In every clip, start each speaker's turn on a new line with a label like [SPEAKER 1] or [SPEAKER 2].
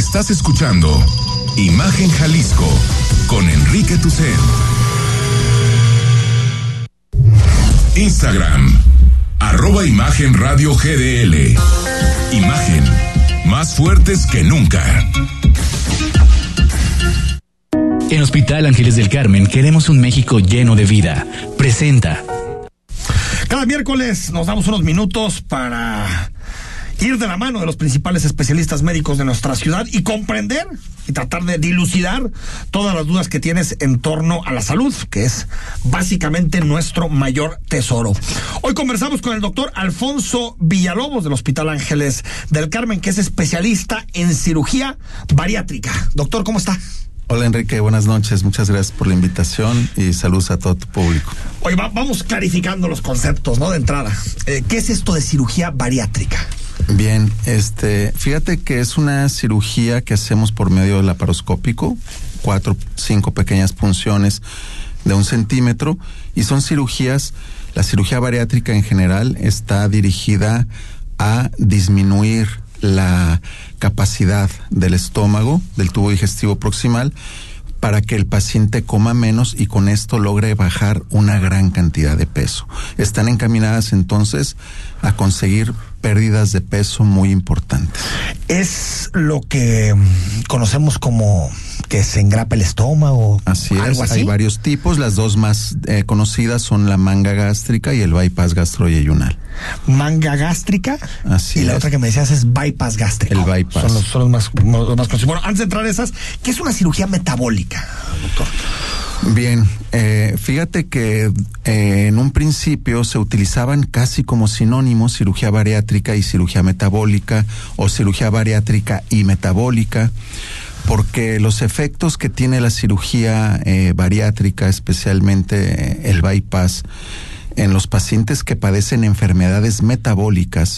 [SPEAKER 1] Estás escuchando Imagen Jalisco con Enrique Tucent. Instagram, @Imagen Radio GDL. Imagen, más fuertes que nunca.
[SPEAKER 2] En Hospital Ángeles del Carmen queremos un México lleno de vida. Presenta.
[SPEAKER 3] Cada miércoles nos damos unos minutos para ir de la mano de los principales especialistas médicos de nuestra ciudad y comprender y tratar de dilucidar todas las dudas que tienes en torno a la salud, que es básicamente nuestro mayor tesoro. Hoy conversamos con el doctor Alfonso Villalobos del Hospital Ángeles del Carmen, que es especialista en cirugía bariátrica. Doctor, ¿cómo está?
[SPEAKER 4] Hola Enrique, buenas noches, muchas gracias por la invitación y saludos a todo tu público.
[SPEAKER 3] Hoy vamos clarificando los conceptos, ¿no? De entrada, ¿qué es esto de cirugía bariátrica?
[SPEAKER 4] Bien, fíjate que es una cirugía que hacemos por medio del laparoscópico, 4-5 pequeñas punciones de 1 centímetro, y son cirugías. La cirugía bariátrica en general está dirigida a disminuir la capacidad del estómago, del tubo digestivo proximal, para que el paciente coma menos y con esto logre bajar una gran cantidad de peso. Están encaminadas entonces a conseguir pérdidas de peso muy importantes.
[SPEAKER 3] Es lo que conocemos como que se engrapa el estómago.
[SPEAKER 4] Así
[SPEAKER 3] ¿algo
[SPEAKER 4] es,
[SPEAKER 3] así?
[SPEAKER 4] Hay varios tipos. Las dos más conocidas son la manga gástrica y el bypass gastroyeyunal.
[SPEAKER 3] Manga gástrica.
[SPEAKER 4] Así
[SPEAKER 3] y la
[SPEAKER 4] es.
[SPEAKER 3] otra que me decías es bypass gástrico.
[SPEAKER 4] El bypass.
[SPEAKER 3] Son los más conocidos. Bueno, antes de entrar a esas, ¿qué es una cirugía metabólica, doctor?
[SPEAKER 4] Bien, fíjate que en un principio se utilizaban casi como sinónimos cirugía bariátrica y cirugía metabólica, o cirugía bariátrica y metabólica, porque los efectos que tiene la cirugía bariátrica, especialmente el bypass, en los pacientes que padecen enfermedades metabólicas,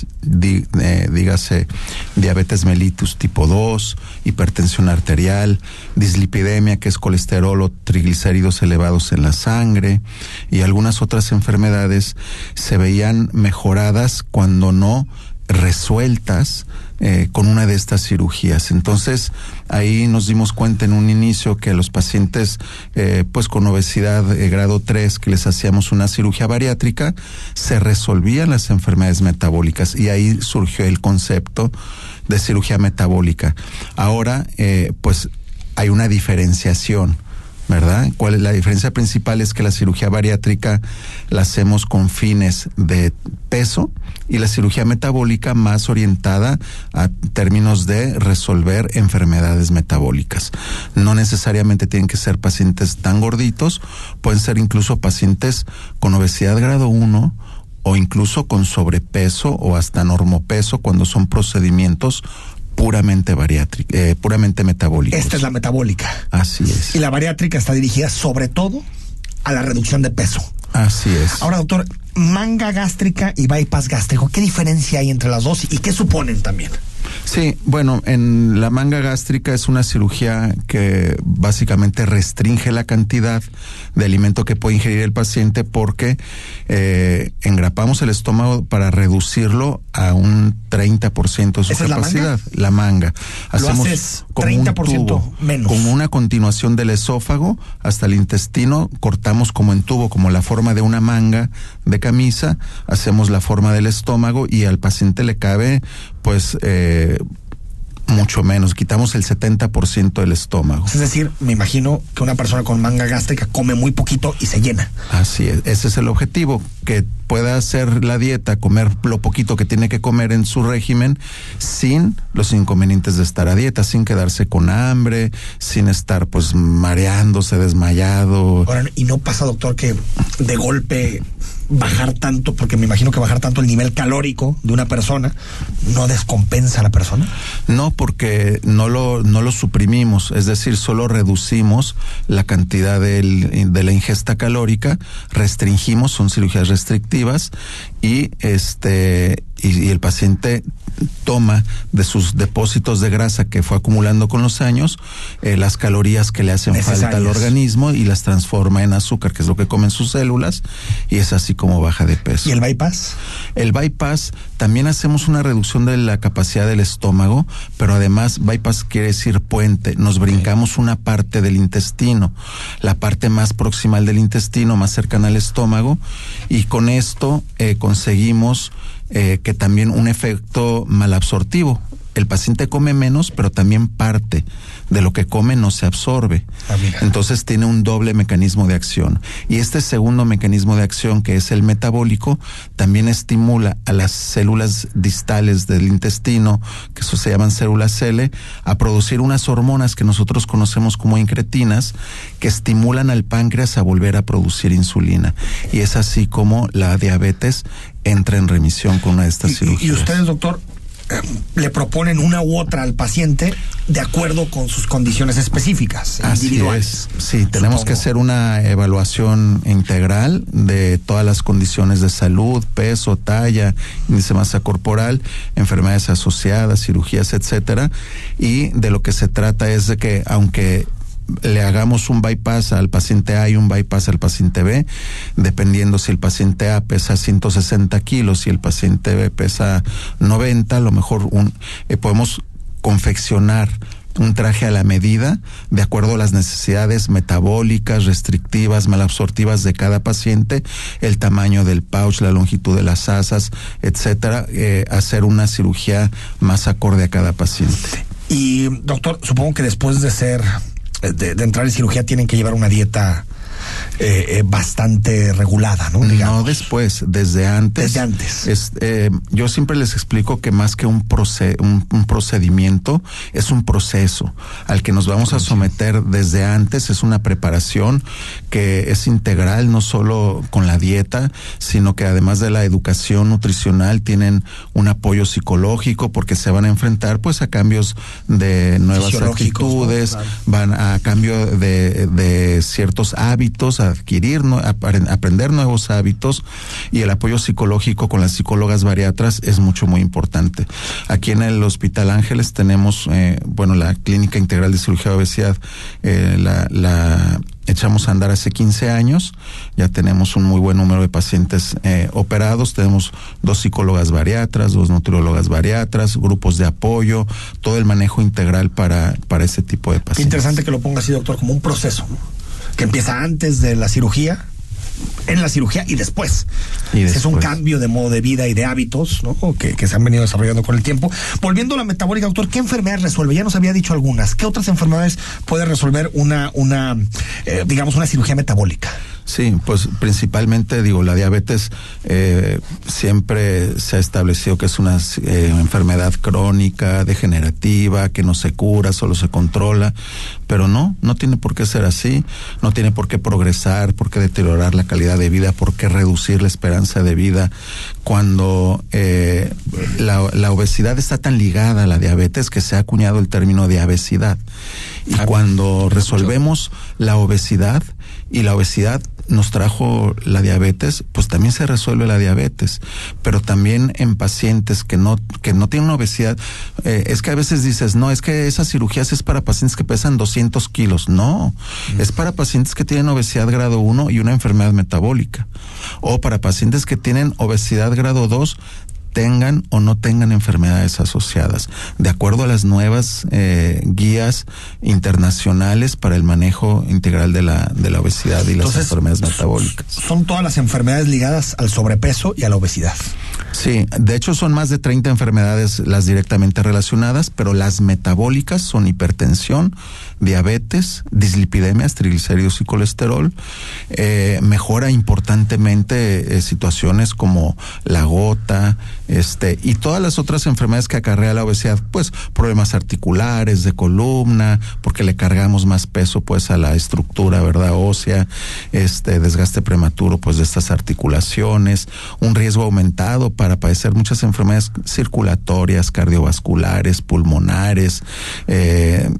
[SPEAKER 4] dígase diabetes mellitus tipo 2, hipertensión arterial, dislipidemia, que es colesterol o triglicéridos elevados en la sangre, y algunas otras enfermedades, se veían mejoradas cuando no resueltas con una de estas cirugías. Entonces ahí nos dimos cuenta en un inicio que los pacientes pues con obesidad grado 3, que les hacíamos una cirugía bariátrica, se resolvían las enfermedades metabólicas, y ahí surgió el concepto de cirugía metabólica. Ahora pues hay una diferenciación, ¿verdad? ¿Cuál es la diferencia principal? Es que la cirugía bariátrica la hacemos con fines de peso, y la cirugía metabólica más orientada a términos de resolver enfermedades metabólicas. No necesariamente tienen que ser pacientes tan gorditos, pueden ser incluso pacientes con obesidad grado 1 o incluso con sobrepeso o hasta normopeso, cuando son procedimientos puramente bariátrica, puramente metabólicos.
[SPEAKER 3] Esta es la metabólica.
[SPEAKER 4] Así es.
[SPEAKER 3] Y la bariátrica está dirigida sobre todo a la reducción de peso.
[SPEAKER 4] Así es.
[SPEAKER 3] Ahora, doctor, manga gástrica y bypass gástrico, ¿qué diferencia hay entre las dos y qué suponen también?
[SPEAKER 4] Sí, bueno, en la manga gástrica es una cirugía que básicamente restringe la cantidad de alimento que puede ingerir el paciente, porque engrapamos el estómago para reducirlo a un 30% de su
[SPEAKER 3] ¿Esa
[SPEAKER 4] capacidad.
[SPEAKER 3] es
[SPEAKER 4] la manga.
[SPEAKER 3] Hacemos haces
[SPEAKER 4] como
[SPEAKER 3] 30%
[SPEAKER 4] un tubo,
[SPEAKER 3] menos.
[SPEAKER 4] como una continuación del esófago hasta el intestino, cortamos como en tubo, como la forma de una manga de camisa, hacemos la forma del estómago, y al paciente le cabe pues mucho menos, quitamos el 70% del estómago.
[SPEAKER 3] Es decir, me imagino que una persona con manga gástrica come muy poquito y se llena.
[SPEAKER 4] Así es, ese es el objetivo, que pueda hacer la dieta, comer lo poquito que tiene que comer en su régimen, sin los inconvenientes de estar a dieta, sin quedarse con hambre, sin estar pues mareándose, desmayado.
[SPEAKER 3] Ahora, ¿y no pasa, doctor, que de golpe bajar tanto, porque me imagino que bajar tanto el nivel calórico de una persona no descompensa a la persona?
[SPEAKER 4] No, porque no lo suprimimos, es decir, solo reducimos la cantidad de la ingesta calórica, restringimos, son cirugías restrictivas, y y el paciente toma de sus depósitos de grasa que fue acumulando con los años las calorías que le hacen falta al organismo y las transforma en azúcar, que es lo que comen sus células, y es así como baja de peso.
[SPEAKER 3] ¿Y el bypass?
[SPEAKER 4] El bypass, también hacemos una reducción de la capacidad del estómago, pero además bypass quiere decir puente. Nos brincamos una parte del intestino, la parte más proximal del intestino, más cercana al estómago, y con esto conseguimos que también un efecto malabsortivo. El paciente come menos, pero también parte de lo que come no se absorbe. Entonces tiene un doble mecanismo de acción. Y este segundo mecanismo de acción, que es el metabólico, también estimula a las células distales del intestino, que eso se llaman células L, a producir unas hormonas que nosotros conocemos como incretinas, que estimulan al páncreas a volver a producir insulina. Y es así como la diabetes entra en remisión con una de estas cirugías.
[SPEAKER 3] ¿Y ustedes, doctor, le proponen una u otra al paciente de acuerdo con sus condiciones específicas, individuales?
[SPEAKER 4] Así es. Sí, tenemos que hacer una evaluación integral de todas las condiciones de salud, peso, talla, índice de masa corporal, enfermedades asociadas, cirugías, etcétera. Y de lo que se trata es de que, aunque le hagamos un bypass al paciente A y un bypass al paciente B, dependiendo si el paciente A pesa 160 kilos y el paciente B pesa 90, a lo mejor podemos confeccionar un traje a la medida de acuerdo a las necesidades metabólicas, restrictivas, malabsortivas de cada paciente, el tamaño del pouch, la longitud de las asas, etcétera, hacer una cirugía más acorde a cada paciente.
[SPEAKER 3] Y doctor, supongo que después de entrar en cirugía tienen que llevar una dieta bastante regulada, ¿no? Digamos.
[SPEAKER 4] No después, desde antes.
[SPEAKER 3] Desde antes.
[SPEAKER 4] Yo siempre les explico que más que un procedimiento, es un proceso al que nos vamos a someter desde antes. Es una preparación que es integral, no solo con la dieta, sino que además de la educación nutricional tienen un apoyo psicológico, porque se van a enfrentar pues a cambios de nuevas actitudes, ¿no? Claro. Van a cambio de ciertos hábitos, a adquirir, aprender nuevos hábitos, y el apoyo psicológico con las psicólogas bariatras es muy importante. Aquí en el Hospital Ángeles tenemos, la Clínica Integral de Cirugía de Obesidad, la echamos a andar hace 15 años, ya tenemos un muy buen número de pacientes operados, tenemos 2 psicólogas bariatras, 2 nutriólogas bariatras, grupos de apoyo, todo el manejo integral para ese tipo de pacientes.
[SPEAKER 3] Qué interesante que lo ponga así, doctor, como un proceso, ¿no? Que empieza antes de la cirugía, en la cirugía y después. Es un cambio de modo de vida y de hábitos, ¿no? Que se han venido desarrollando con el tiempo. Volviendo a la metabólica, doctor, ¿qué enfermedades resuelve? Ya nos había dicho algunas. ¿Qué otras enfermedades puede resolver una cirugía metabólica?
[SPEAKER 4] Sí, pues principalmente, la diabetes siempre se ha establecido que es una enfermedad crónica, degenerativa, que no se cura, solo se controla, pero no tiene por qué ser así, no tiene por qué progresar, por qué deteriorar la calidad de vida, por qué reducir la esperanza de vida, cuando la obesidad está tan ligada a la diabetes que se ha acuñado el término diabesidad. Y cuando resolvemos la obesidad, y la obesidad nos trajo la diabetes, pues también se resuelve la diabetes, pero también en pacientes que no tienen obesidad. Es que a veces dices, no, es que esas cirugías es para pacientes que pesan 200 kilos. No, es para pacientes que tienen obesidad grado 1 y una enfermedad metabólica, o para pacientes que tienen obesidad grado 2, tengan o no tengan enfermedades asociadas, de acuerdo a las nuevas guías internacionales para el manejo integral de la obesidad y las enfermedades metabólicas.
[SPEAKER 3] Son todas las enfermedades ligadas al sobrepeso y a la obesidad.
[SPEAKER 4] Sí, de hecho son más de 30 enfermedades las directamente relacionadas, pero las metabólicas son hipertensión, diabetes, dislipidemias, triglicéridos y colesterol. Mejora importantemente situaciones como la gota, y todas las otras enfermedades que acarrea la obesidad, pues problemas articulares, de columna, porque le cargamos más peso pues a la estructura, ¿verdad?, ósea, desgaste prematuro pues de estas articulaciones, un riesgo aumentado para padecer muchas enfermedades circulatorias, cardiovasculares, pulmonares,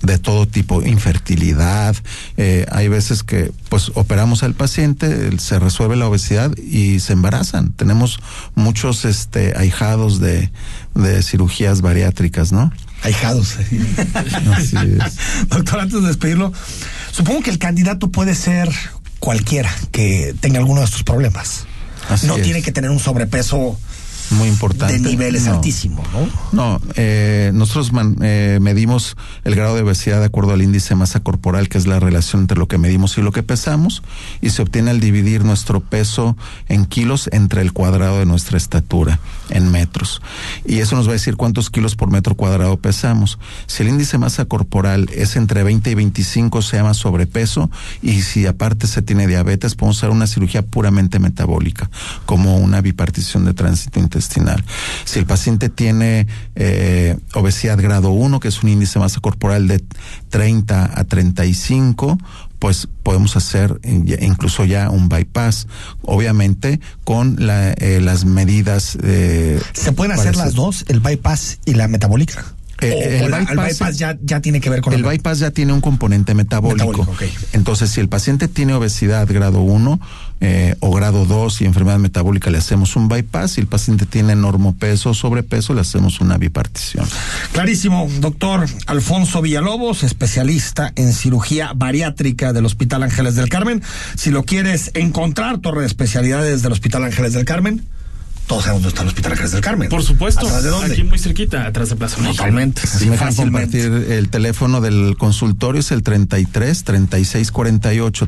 [SPEAKER 4] de todo tipo, infertilidad. Hay veces que pues operamos al paciente, se resuelve la obesidad y se embarazan. Tenemos muchos ahijados de cirugías bariátricas, ¿no?
[SPEAKER 3] Ahijados.
[SPEAKER 4] Así es.
[SPEAKER 3] Doctor, antes de despedirlo, supongo que el candidato puede ser cualquiera que tenga alguno de estos problemas.
[SPEAKER 4] Así
[SPEAKER 3] no
[SPEAKER 4] es.
[SPEAKER 3] tiene que tener un sobrepeso
[SPEAKER 4] muy importante.
[SPEAKER 3] De niveles altísimos, ¿no?
[SPEAKER 4] No, nosotros medimos el grado de obesidad de acuerdo al índice de masa corporal, que es la relación entre lo que medimos y lo que pesamos, y se obtiene al dividir nuestro peso en kilos entre el cuadrado de nuestra estatura, en metros. Y eso nos va a decir cuántos kilos por metro cuadrado pesamos. Si el índice de masa corporal es entre 20 y 25, se llama sobrepeso, y si aparte se tiene diabetes, podemos hacer una cirugía puramente metabólica, como una bipartición de tránsito intestinal. Si el paciente tiene obesidad grado 1, que es un índice de masa corporal de 30 a 35, pues podemos hacer incluso ya un bypass, obviamente con las medidas.
[SPEAKER 3] ¿Se pueden hacer las dos, el bypass y la metabólica? El bypass ya tiene que ver con
[SPEAKER 4] el bypass ya tiene un componente metabólico.
[SPEAKER 3] Okay.
[SPEAKER 4] Entonces, si el paciente tiene obesidad grado 1 o grado 2 y enfermedad metabólica, le hacemos un bypass. Si el paciente tiene normopeso o sobrepeso, le hacemos una bipartición.
[SPEAKER 3] Clarísimo. Doctor Alfonso Villalobos, especialista en cirugía bariátrica del Hospital Ángeles del Carmen. Si lo quieres encontrar, torre de especialidades del Hospital Ángeles del Carmen. Todos sabemos dónde está el Hospital Ángeles del Carmen.
[SPEAKER 5] Por supuesto.
[SPEAKER 3] ¿Atrás de dónde?
[SPEAKER 5] Aquí muy cerquita, atrás de Plaza México.
[SPEAKER 3] Totalmente.
[SPEAKER 4] Sí, me dejan compartir el teléfono del consultorio, es el 33 36 48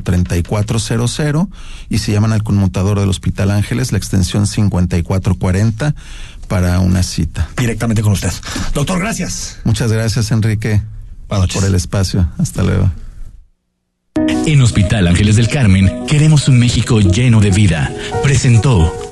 [SPEAKER 4] 3400, y se llaman al conmutador del Hospital Ángeles, la extensión 5440, para una cita.
[SPEAKER 3] Directamente con usted. Doctor, gracias.
[SPEAKER 4] Muchas gracias, Enrique, por el espacio. Hasta luego.
[SPEAKER 2] En Hospital Ángeles del Carmen queremos un México lleno de vida. Presentó